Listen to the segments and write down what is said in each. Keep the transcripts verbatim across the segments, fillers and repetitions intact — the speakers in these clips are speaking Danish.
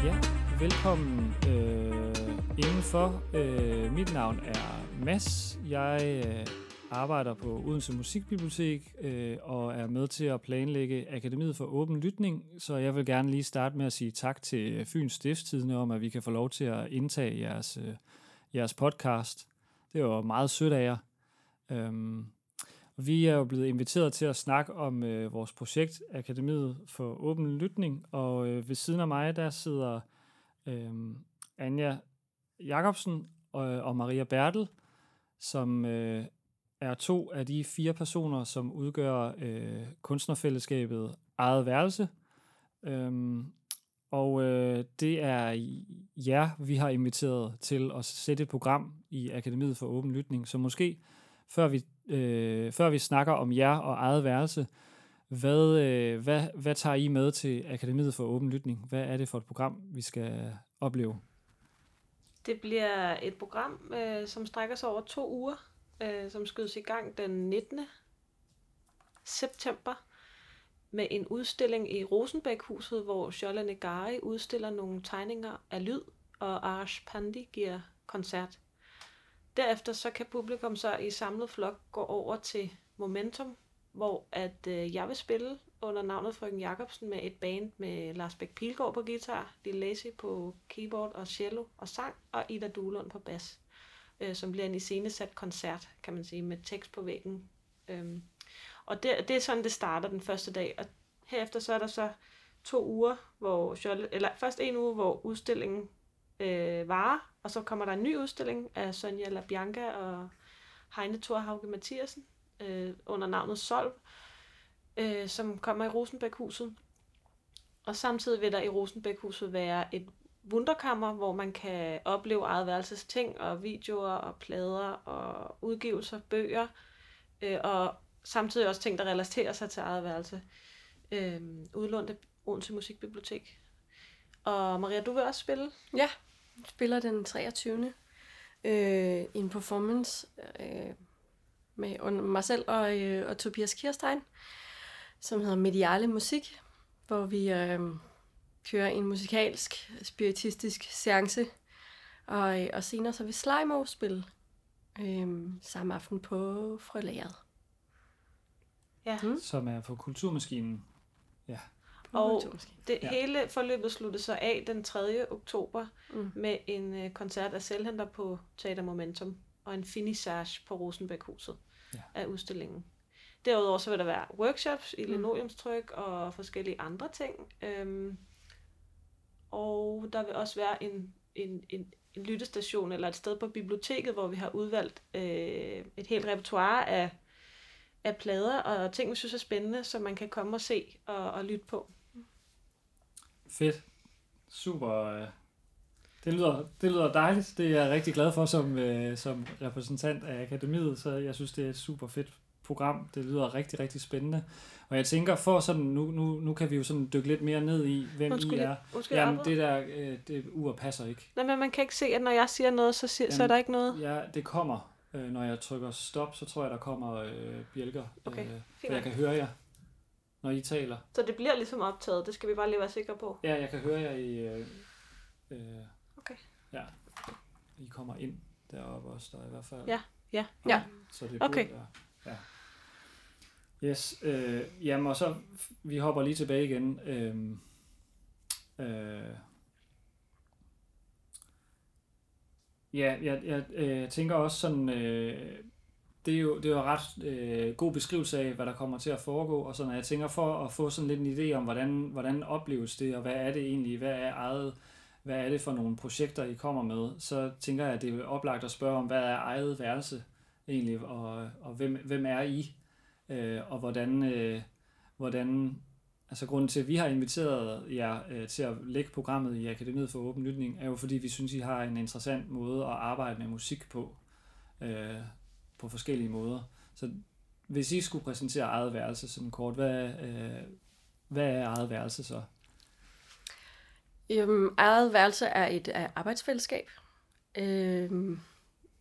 Ja, velkommen øh, indenfor. Øh, mit navn er Mads. Jeg øh, arbejder på Odense Musikbibliotek øh, og er med til at planlægge Akademiet for Åben Lytning, så jeg vil gerne lige starte med at sige tak til Fyns Stiftstidende om, at vi kan få lov til at indtage jeres, øh, jeres podcast. Det var meget sødt af jer. Øhm, Vi er jo blevet inviteret til at snakke om øh, vores projekt, Akademiet for Åben Lytning, og øh, ved siden af mig, der sidder øh, Anja Jacobsen og, og Maria Bertel, som øh, er to af de fire personer, som udgør øh, kunstnerfællesskabet Eget Værelse. Øhm, og øh, det er jer, vi har inviteret til at sætte et program i Akademiet for Åben Lytning, så måske Før vi, øh, før vi snakker om jer og eget værelse, hvad, øh, hvad, hvad tager I med til Akademiet for Åben Lytning? Hvad er det for et program, vi skal opleve? Det bliver et program, øh, som strækker sig over to uger, øh, som skydes i gang den nittende september med en udstilling i Rosenbæk-huset, hvor Sholeh Neghari udstiller nogle tegninger af lyd, og Arash Pandi giver koncert. Derefter så kan publikum så i samlet flok gå over til Momentum, hvor at øh, jeg vil spille under navnet Frøken Jacobsen med et band med Lars Bæk Pilgaard på guitar, Lille Lazy på keyboard og cello og sang, og Ida Duelund på bas, øh, som bliver en iscenesat koncert, kan man sige, med tekst på væggen. Øhm, og det, det er sådan, det starter den første dag, og herefter så er der så to uger, hvor Sholeh, eller først en uge, hvor udstillingen øh, varer, og så kommer der en ny udstilling af Sonja LaBianca og Heine Thorhauge Mathiasen øh, under navnet Solv, øh, som kommer i Rosenbæk-huset. Og samtidig vil der i Rosenbæk-huset være et wunderkammer, hvor man kan opleve eget værelses ting og videoer og plader og udgivelser, bøger, øh, og samtidig også ting, der relaterer sig til eget værelse. Øh, udlånt af Odense Musikbibliotek. Og Maria, du vil også spille? Ja, jeg spiller den treogtyvende Øh, i en performance øh, med mig selv og, øh, og Tobias Kirstein, som hedder Mediale Musik, hvor vi øh, kører en musikalsk, spiritistisk seance, og, og senere så vil Slimo spille øh, samme aften på Frølæret. Ja. Mm. Som er på Kulturmaskinen. Ja. Og det ja. hele forløbet sluttede sig af den tredje oktober mm. med en øh, koncert af Selvhenter på Teater Momentum og en finissage på Rosenbæk-huset ja. af udstillingen. Derudover så vil der være workshops i linoleumstryk mm. og forskellige andre ting. Øhm, og der vil også være en, en, en, en lyttestation eller et sted på biblioteket, hvor vi har udvalgt øh, et helt repertoire af, af plader og ting, vi synes er spændende, som man kan komme og se og, og lytte på. Fedt. Super. Det lyder, det lyder dejligt. Det er jeg rigtig glad for som, øh, som repræsentant af Akademiet, så jeg synes, det er et super fedt program. Det lyder rigtig, rigtig spændende. Og jeg tænker, for sådan, nu, nu, nu kan vi jo sådan dykke lidt mere ned i, hvem undskyld, I er. Undskyld, Jamen, det der, øh, det ur passer ikke. Nej, men man kan ikke se, at når jeg siger noget, så, siger, Jamen, så er der ikke noget. Ja, det kommer. Øh, når jeg trykker stop, så tror jeg, der kommer øh, bjælker. Okay, øh, for jeg kan høre jer, når I taler. Så det bliver ligesom optaget, det skal vi bare lige være sikre på. Ja, jeg kan høre jer i... Øh, øh, okay. Ja, I kommer ind deroppe også, der i hvert fald. Ja, ja, ja. ja. Så det okay. Være, ja. Yes, øh, jamen og så, vi hopper lige tilbage igen. Øh, øh, ja, jeg, jeg øh, tænker også sådan... Øh, Det er jo, det er jo en ret øh, god beskrivelse af, hvad der kommer til at foregå, og sådan, jeg tænker for at få sådan lidt en idé om, hvordan, hvordan opleves det, og hvad er det egentlig, hvad er eget, hvad er det for nogle projekter, I kommer med, så tænker jeg, at det er oplagt at spørge om, hvad er eget værelse egentlig, og, og hvem, hvem er I, øh, og hvordan, øh, hvordan, altså grunden til, at vi har inviteret jer øh, til at lægge programmet i Akademiet for Åben Lytning, er jo fordi, vi synes, I har en interessant måde at arbejde med musik på, øh, på forskellige måder. Så hvis I skulle præsentere eget værelse sådan kort, hvad, øh, hvad er eget værelse så? Øhm, eget værelse er et er arbejdsfællesskab øhm,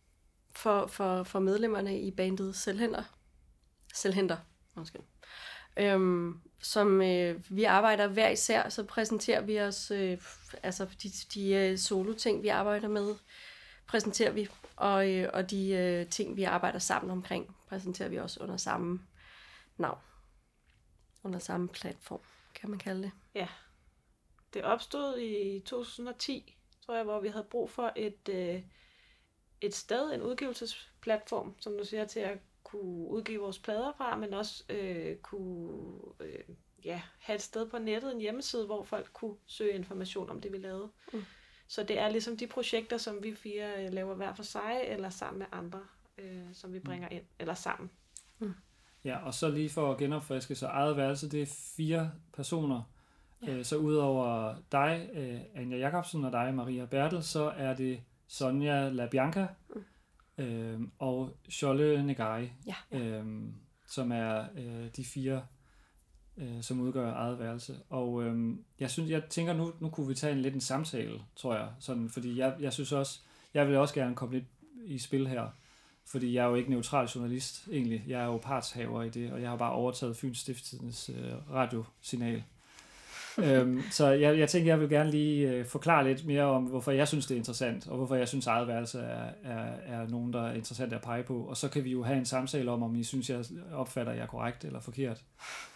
for, for, for medlemmerne i bandet Selvhenter. Selvhenter, måske. øhm, som øh, vi arbejder hver især, så præsenterer vi os, øh, altså de, de øh, solo-ting, vi arbejder med, præsenterer vi, og, øh, og de øh, ting, vi arbejder sammen omkring, præsenterer vi også under samme navn, under samme platform, kan man kalde det. Ja, det opstod i to tusind og ti, tror jeg, hvor vi havde brug for et, øh, et sted, en udgivelsesplatform, som du siger, til at kunne udgive vores plader fra, men også øh, kunne øh, ja, have et sted på nettet, en hjemmeside, hvor folk kunne søge information om det, vi lavede. Mm. Så det er ligesom de projekter, som vi fire øh, laver hver for sig, eller sammen med andre, øh, som vi bringer ind, eller sammen. Mm. Ja, og så lige for at genopfriske, så eget værelse, det er fire personer. Ja. Øh, så udover dig, øh, Anja Jacobsen, og dig, Maria Bertel, så er det Sonja LaBianca mm. øh, og Scholle Negari, ja. øh, som er øh, de fire, øh, som udgør eget værelse. Og øh, jeg synes, jeg tænker, nu, nu kunne vi tage en lidt en samtale, tror jeg, sådan, fordi jeg, jeg synes også, jeg vil også gerne komme lidt i spil her. Fordi jeg er jo ikke neutral journalist, egentlig. Jeg er jo partshaver i det, og jeg har bare overtaget Fyns Stiftstidendes øh, radiosignal. øhm, så jeg, jeg tænker, jeg vil gerne lige øh, forklare lidt mere om, hvorfor jeg synes, det er interessant, og hvorfor jeg synes, eget værelse er, er, er nogen, der er interessant at pege på. Og så kan vi jo have en samtale om, om I synes, jeg opfatter jer korrekt eller forkert.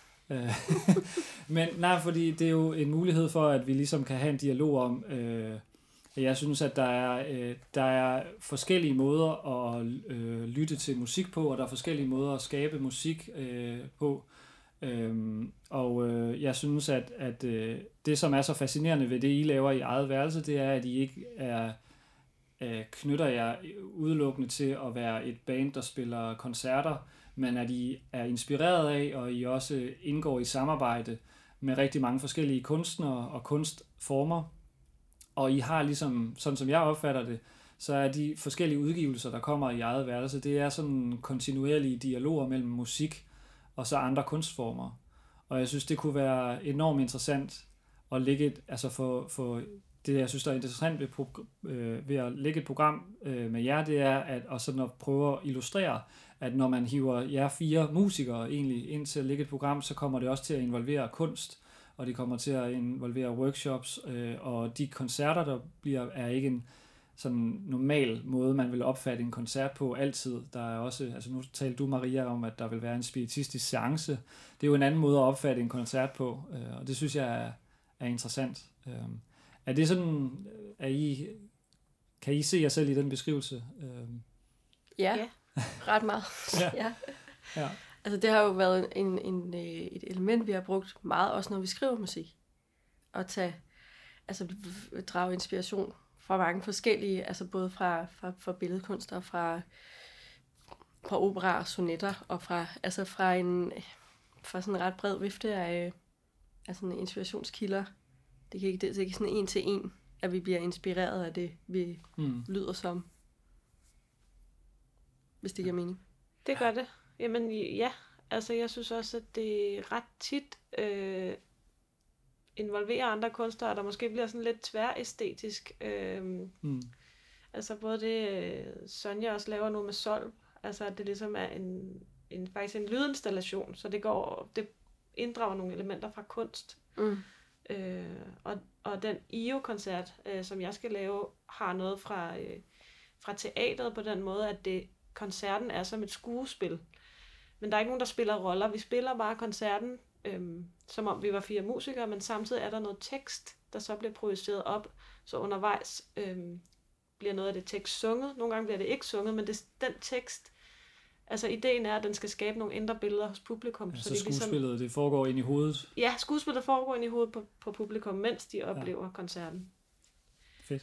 Men nej, fordi det er jo en mulighed for, at vi ligesom kan have en dialog om... Øh, Jeg synes, at der er, øh, der er forskellige måder at øh, lytte til musik på, og der er forskellige måder at skabe musik øh, på. Øhm, og øh, jeg synes, at, at øh, det, som er så fascinerende ved det, I laver i eget værelse, det er, at I ikke er, øh, knytter jer udelukkende til at være et band, der spiller koncerter, men at I er inspireret af, og I også indgår i samarbejde med rigtig mange forskellige kunstnere og kunstformer. Og I har ligesom, sådan som jeg opfatter det, så er de forskellige udgivelser, der kommer i eget værelse, det er sådan kontinuerlige dialoger mellem musik og så andre kunstformer. Og jeg synes, det kunne være enormt interessant at lægge et, altså for, for det, jeg synes, der er interessant ved, øh, ved at lægge et program øh, med jer, det er at, og sådan at prøve at illustrere, at når man hiver jer fire musikere egentlig ind til at lægge et program, så kommer det også til at involvere kunst, og det kommer til at involvere workshops, øh, og de koncerter, der bliver, er ikke en sådan normal måde, man vil opfatte en koncert på altid. Der er også, altså nu talte du, Maria, om, at der vil være en spiritistisk seance. Det er jo en anden måde at opfatte en koncert på, øh, og det synes jeg er, er interessant. Øh, er det sådan, er I, kan I se jer selv i den beskrivelse? Øh. Ja, ja, ret meget. ja. ja. ja. Altså det har jo været en, en, et element, vi har brugt meget, også når vi skriver musik. At tage, altså drage inspiration fra mange forskellige, altså både fra, fra, fra billedkunst og fra, fra opera og sonetter, og fra, altså fra, en, fra sådan en ret bred vifte af, af sådan inspirationskilder. Det kan ikke, det er ikke sådan en til en, at vi bliver inspireret af det, vi mm. lyder som. Hvis det giver mening. Det gør det. Jamen ja, altså jeg synes også, at det ret tit øh, involverer andre kunstnere, der måske bliver sådan lidt tværæstetisk. Øh, mm. Altså både det, øh, Sonja også laver nu med Solp, altså at det ligesom er en, en, faktisk en lydinstallation, så det går, det inddrager nogle elementer fra kunst. Mm. Øh, og, og den I O-koncert, øh, som jeg skal lave, har noget fra, øh, fra teateret på den måde, at det, koncerten er som et skuespil. Men der er ikke nogen, der spiller roller. Vi spiller bare koncerten, øhm, som om vi var fire musikere, men samtidig er der noget tekst, der så bliver projiceret op. Så undervejs øhm, bliver noget af det tekst sunget. Nogle gange bliver det ikke sunget, men det, den tekst, altså ideen er, at den skal skabe nogle indre billeder hos publikum. Ja, så, så det skuespillet, ligesom, det foregår ind i hovedet? Ja, skuespillet foregår ind i hovedet på, på publikum, mens de oplever ja. koncerten. Fedt.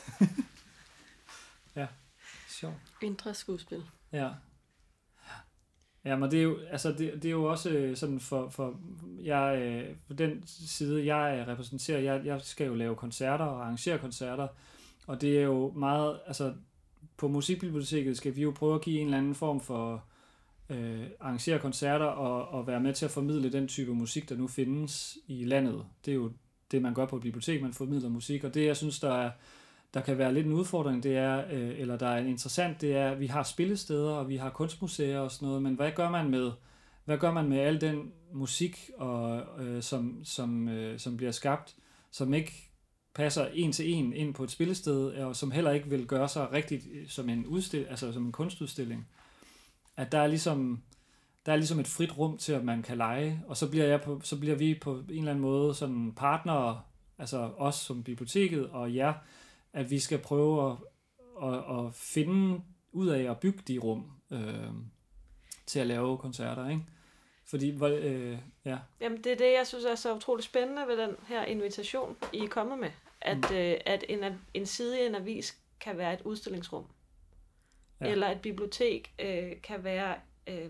ja, sjovt. Indre skuespil. Ja. Ja, men det er jo, altså det, det er jo også sådan for, for jeg, på den side, jeg repræsenterer, jeg, jeg skal jo lave koncerter og arrangere koncerter, og det er jo meget, altså på Musikbiblioteket skal vi jo prøve at give en eller anden form for øh, arrangere koncerter og, og være med til at formidle den type musik, der nu findes i landet. Det er jo det, man gør på et bibliotek, man formidler musik, og det, jeg synes, der er der kan være lidt en udfordring, det er, øh, eller der er interessant, det er, at vi har spillesteder, og vi har kunstmuseer og sådan noget, men hvad gør man med, hvad gør man med al den musik, og, øh, som, som, øh, som bliver skabt, som ikke passer en til en ind på et spillested, og som heller ikke vil gøre sig rigtigt som en udstilling, altså som en kunstudstilling. At der er ligesom der er ligesom et frit rum til, at man kan lege, og så bliver jeg på, så bliver vi på en eller anden måde sådan partnere, altså os som biblioteket og jer, at vi skal prøve at, at, at finde ud af at bygge de rum øh, til at lave koncerter, ikke? Fordi, øh, ja. Jamen, det er det, jeg synes er så utroligt spændende ved den her invitation, I er kommet med. At, mm. øh, at en, en side i en avis kan være et udstillingsrum. Ja. Eller et bibliotek øh, kan være øh,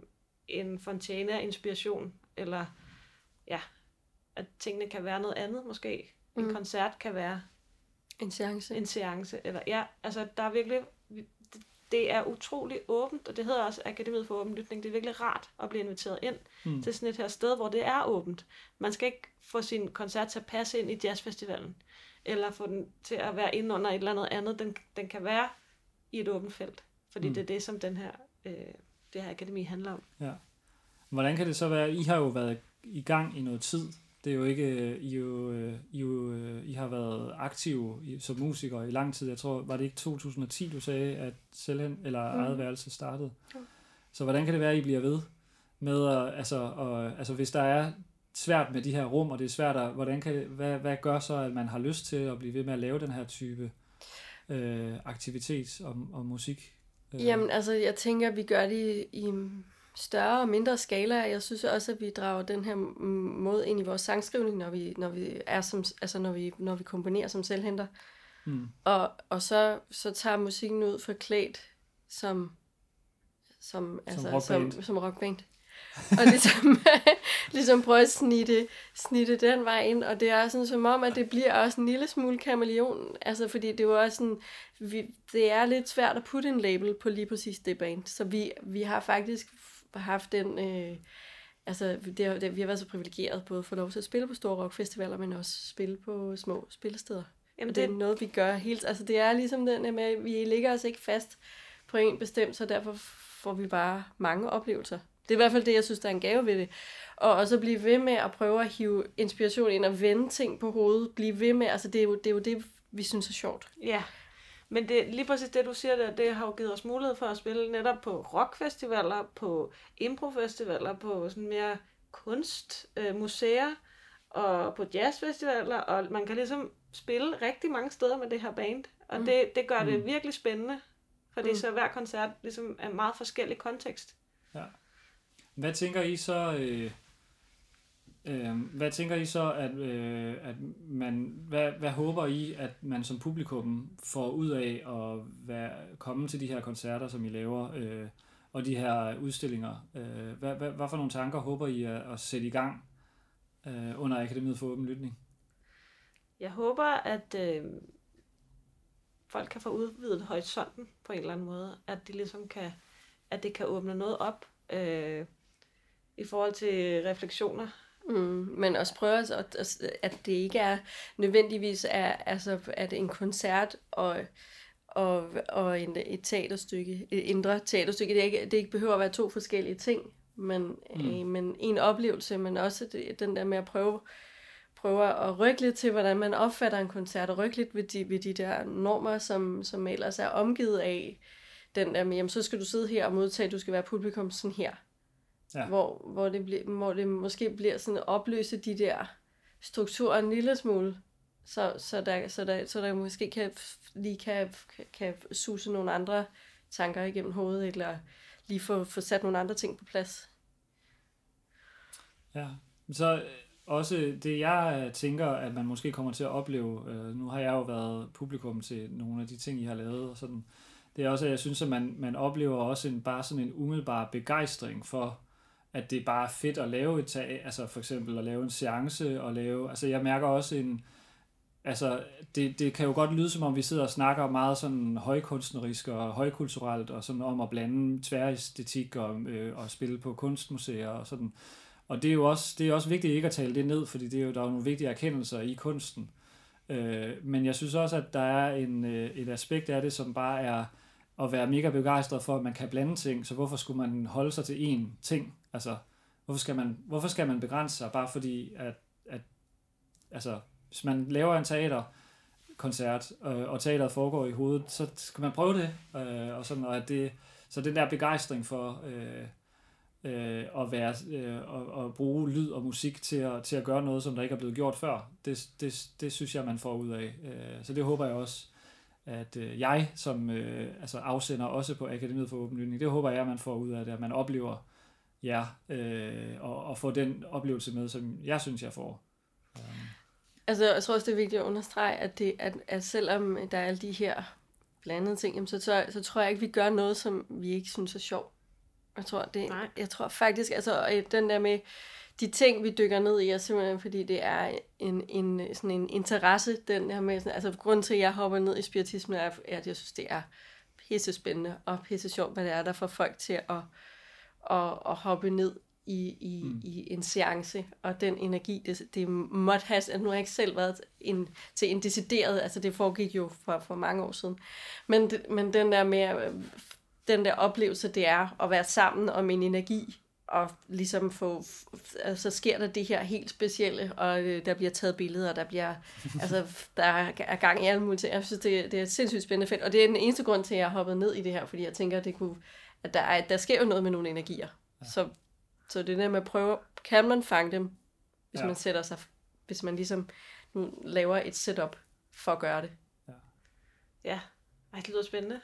en fontæne af inspiration. Eller, ja, at tingene kan være noget andet måske. Mm. En koncert kan være en seance. En seance. Eller, ja, altså, der er virkelig... Det er utrolig åbent, og det hedder også Akademiet for Åben Lytning. Det er virkelig rart at blive inviteret ind mm. til sådan et her sted, hvor det er åbent. Man skal ikke få sin koncert til at passe ind i jazzfestivalen, eller få den til at være inde under et eller andet andet. Den, den kan være i et åbent felt, fordi mm. det er det, som den her, øh, det her akademi handler om. Ja. Hvordan kan det så være? I har jo været i gang i noget tid. Det er jo ikke, I, jo, I, jo, I har været aktive som musikere i lang tid. Jeg tror, var det ikke to tusind og ti, du sagde, at Selvhen, eller mm. eget værelse startede? Ja. Så hvordan kan det være, at I bliver ved med, at, altså, og, altså hvis der er svært med de her rum, og det er svært, at, hvordan kan, hvad, hvad gør så, at man har lyst til at blive ved med at lave den her type øh, aktivitet og, og musik? Øh. Jamen, altså, jeg tænker, at vi gør det i... i større og mindre skala. Jeg synes også, at vi drager den her måde ind i vores sangskrivning, når vi, når vi, er som, altså når vi, når vi komponerer som selvhenter. Mm. Og, og så, så tager musikken ud forklædt som, som, altså, som rockband. Som, som rockband. Og ligesom, ligesom prøve at snitte, snitte den vej ind. Og det er sådan som om, at det bliver også en lille smule kameleon. Altså, fordi det er jo også sådan, vi, det er lidt svært at putte en label på lige præcis det band. Så vi, vi har faktisk haft den, øh, altså det, det, vi har været så privilegeret både at få lov til at spille på store rockfestivaler, men også spille på små spillesteder. Jamen det, det er noget, vi gør helt, altså det er ligesom den med, at vi ligger os ikke fast på en bestemt, så derfor får vi bare mange oplevelser. Det er i hvert fald det, jeg synes, der er en gave ved det. Og også blive ved med at prøve at hive inspiration ind og vende ting på hovedet, blive ved med, altså det er jo det, er jo det vi synes er sjovt. Ja. Men det, lige præcis det, du siger der, det har jo givet os mulighed for at spille netop på rockfestivaler, på improfestivaler, på sådan mere kunstmuseer øh, og på jazzfestivaler, og man kan ligesom spille rigtig mange steder med det her band, og mm. det, det gør det mm. virkelig spændende, fordi mm. så hver koncert ligesom er en meget forskellig kontekst. Ja. Hvad tænker I så... Øh... Øh, hvad tænker I så, at, øh, at man, hvad, hvad håber I, at man som publikum får ud af at være, komme til de her koncerter, som I laver, øh, og de her udstillinger? Øh, hvad, hvad, hvad for nogle tanker håber I at, at sætte i gang øh, under Akademiet for Åben Lytning? Jeg håber, at øh, folk kan få udvidet horisonten på en eller anden måde, at de ligesom kan, at det kan åbne noget op øh, i forhold til refleksioner. Mm, men også prøve at, at det ikke er nødvendigvis er, altså, at en koncert og, og, og en, et teaterstykke, et indre teaterstykke, det, ikke, det ikke behøver at være to forskellige ting, men, mm. øh, men en oplevelse, men også det, den der med at prøve, prøve at rykke lidt til, hvordan man opfatter en koncert, og rykke lidt ved de, ved de der normer, som, som ellers er omgivet af den der med, jamen, så skal du sidde her og modtage, du skal være publikum sådan her. Ja. Hvor, hvor, det bliver, hvor det måske bliver sådan at opløse de der strukturer en lille smule, så, så, der, så, der, så der måske kan, lige kan, kan suse nogle andre tanker igennem hovedet, eller lige få, få sat nogle andre ting på plads. Ja, så også det jeg tænker, at man måske kommer til at opleve, øh, nu har jeg jo været publikum til nogle af de ting, I har lavet, og sådan, det er også, at jeg synes, at man, man oplever også en, bare sådan en umiddelbar begejstring for, at det er bare fedt at lave et tag, altså for eksempel at lave en seance, og lave, altså jeg mærker også en, altså det, det kan jo godt lyde som om vi sidder og snakker meget sådan højkunstnerisk og højkulturelt, og sådan om at blande tværæstetik og, øh, og spille på kunstmuseer og sådan, og det er jo også, det er også vigtigt ikke at tale det ned, fordi det er jo, der er jo nogle vigtige erkendelser i kunsten, øh, men jeg synes også, at der er en, øh, et aspekt af det, som bare er, at være mega begejstret for, at man kan blande ting, så hvorfor skulle man holde sig til én ting? Altså, hvorfor skal man, hvorfor skal man begrænse sig, bare fordi, at, at altså, hvis man laver en teaterkoncert, øh, og teateret foregår i hovedet, så skal man prøve det, øh, og sådan, og at det, så den der begejstring for øh, øh, at, være, øh, at, at bruge lyd og musik til at, til at gøre noget, som der ikke er blevet gjort før, det, det, det synes jeg, man får ud af. Øh, så det håber jeg også, at øh, jeg som øh, altså afsender også på Akademiet for Åben Lytning, det håber jeg, man får ud af det, at man oplever jer, øh, og, og får den oplevelse med, som jeg synes, jeg får. Um. Altså, jeg tror også, det er vigtigt at understrege, at, det, at, at selvom der er alle de her blandede ting, jamen, så, så, så tror jeg ikke, vi gør noget, som vi ikke synes er sjovt. Jeg tror, det, jeg tror faktisk, altså den der med de ting, vi dykker ned i, er simpelthen fordi det er en, en, sådan en interesse, den der med, sådan, altså grunden til, at jeg hopper ned i spiritismen, er, at jeg synes, det er pisse spændende og pisse sjovt, hvad det er, der får folk til at, at, at hoppe ned i, i, mm. i en seance, og den energi, det, det måtte have, at nu har jeg ikke selv været en, til en decideret, altså det foregik jo for, for mange år siden, men, men den der med, den der oplevelse, det er at være sammen om en energi, og ligesom få, altså sker der det her helt specielle, og øh, der bliver taget billeder, og der bliver, altså der er gang i alle mulige ting. Jeg synes, det, det er et sindssygt spændende fedt, og det er den eneste grund til, at jeg har hoppet ned i det her, fordi jeg tænker, at det kunne, at der, er, der sker jo noget med nogle energier. Ja. Så, så det der med at prøve, kan man fange dem, hvis ja. man sætter sig, hvis man ligesom nu laver et setup for at gøre det. Ja, ja. Ej, det lyder spændende.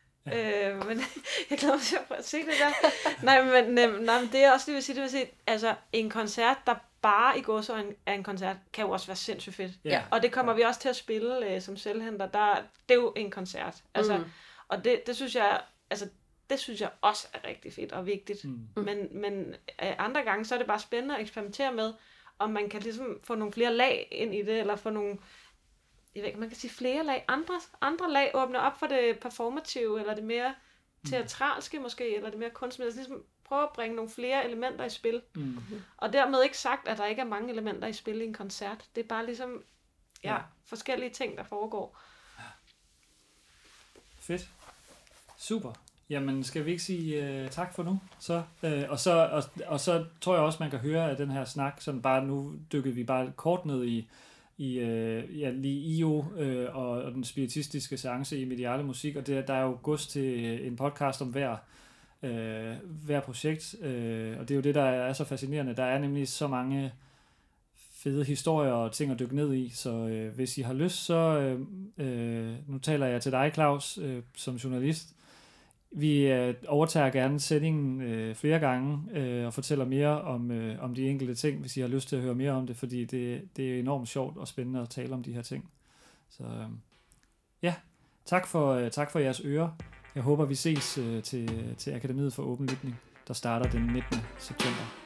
Ja. Øh, men jeg glæder mig til at prøve at se det der. nej, men, øh, nej, men det er også lige vil sige, det vil sige, altså en koncert, der bare i gåseøjne er en koncert, kan jo også være sindssygt fedt. Ja. Og det kommer ja. vi også til at spille øh, som selvhenter. Der, det er jo en koncert. Altså, mm. Og det, det synes jeg, altså det synes jeg også er rigtig fedt og vigtigt. Mm. Men, men øh, andre gange, så er det bare spændende at eksperimentere med, om man kan ligesom få nogle flere lag ind i det, eller få nogle, jeg ved ikke, man kan sige flere lag, andre, andre lag åbner op for det performative, eller det mere teatralske måske, eller det mere kunstmæssige, ligesom prøve at bringe nogle flere elementer i spil. Mm. Og dermed ikke sagt, at der ikke er mange elementer i spil i en koncert. Det er bare ligesom, ja, ja. forskellige ting, der foregår. Ja. Fedt. Super. Jamen, skal vi ikke sige uh, tak for nu? Så, uh, og, så, og, og så tror jeg også, man kan høre af den her snak, sådan bare nu dykkede vi bare kort ned i i øh, ja, lige I O øh, og, og den spiritistiske seance i Mediale Musik, og det, der er jo gods til en podcast om hver, øh, hver projekt, øh, og det er jo det, der er så fascinerende. Der er nemlig så mange fede historier og ting at dykke ned i, så øh, hvis I har lyst, så øh, øh, nu taler jeg til dig, Claus, øh, som journalist. Vi øh, overtager gerne sætningen øh, flere gange øh, og fortæller mere om, øh, om de enkelte ting, hvis I har lyst til at høre mere om det, fordi det, det er enormt sjovt og spændende at tale om de her ting. Så øh, ja, tak for, øh, tak for jeres ører. Jeg håber, vi ses øh, til, til Akademiet for Åben Lytning, der starter den nittende september.